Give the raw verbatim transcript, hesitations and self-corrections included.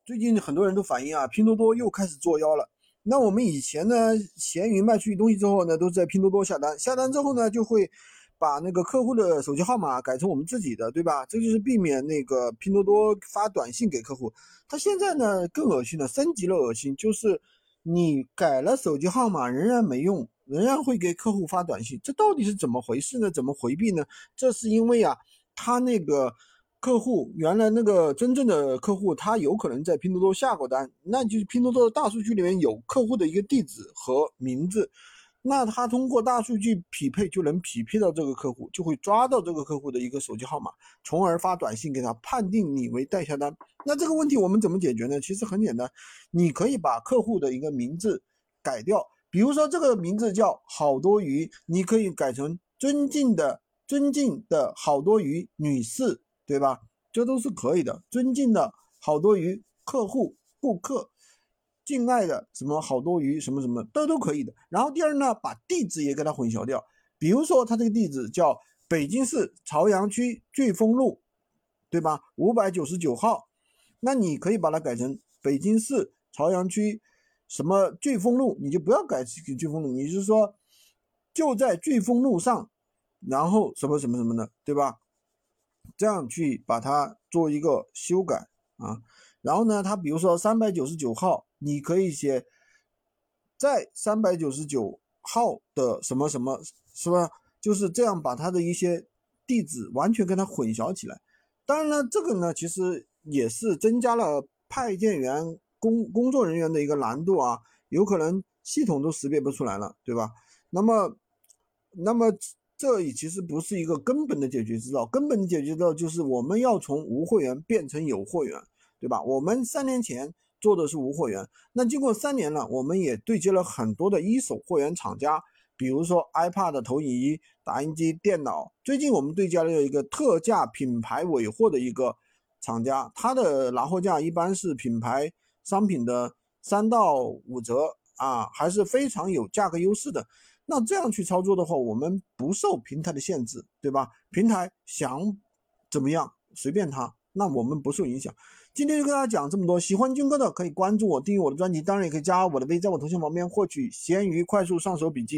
最近很多人都反映啊，拼多多又开始作妖了。那我们以前呢，闲鱼卖出去东西之后呢，都是在拼多多下单，下单之后呢，就会把那个客户的手机号码改成我们自己的，对吧？这就是避免那个拼多多发短信给客户。他现在呢更恶心了，升级了恶心，就是你改了手机号码仍然没用，仍然会给客户发短信，这到底是怎么回事呢？怎么回避呢？这是因为啊，他那个客户原来那个真正的客户，他有可能在拼多多下过单，那就是拼多多的大数据里面有客户的一个地址和名字，那他通过大数据匹配就能匹配到这个客户，就会抓到这个客户的一个手机号码，从而发短信给他，判定你为代下单。那这个问题我们怎么解决呢？其实很简单，你可以把客户的一个名字改掉，比如说这个名字叫好多鱼，你可以改成尊敬的尊敬的好多鱼女士，对吧？这都是可以的。尊敬的好多鱼客户顾客，敬爱的什么好多鱼什么什么都都可以的。然后第二呢，把地址也给它混淆掉，比如说它这个地址叫北京市朝阳区聚丰路，对吧？五百九十九号，那你可以把它改成北京市朝阳区什么聚丰路，你就不要改聚丰路，你是说就在聚丰路上，然后什么什么什么的，对吧？这样去把它做一个修改啊。然后呢，它比如说三百九十九号，你可以写在三百九十九号的什么什么，是吧？就是这样把它的一些地址完全跟它混淆起来。当然了，这个呢其实也是增加了派件员工工作人员的一个难度啊，有可能系统都识别不出来了，对吧？那么那么这也其实不是一个根本的解决之道，根本的解决之道就是我们要从无会员变成有会员，对吧？我们三年前做的是无会员，那经过三年了，我们也对接了很多的一手会员厂家，比如说 iPad 投影仪、打印机、电脑。最近我们对接了一个特价品牌尾货的一个厂家，它的拿货价一般是品牌商品的三到五折啊，还是非常有价格优势的。那这样去操作的话，我们不受平台的限制，对吧？平台想怎么样随便他，那我们不受影响。今天就跟大家讲这么多，喜欢军哥的可以关注我，订阅我的专辑，当然也可以加我的微，在我头像旁边获取闲鱼快速上手笔记。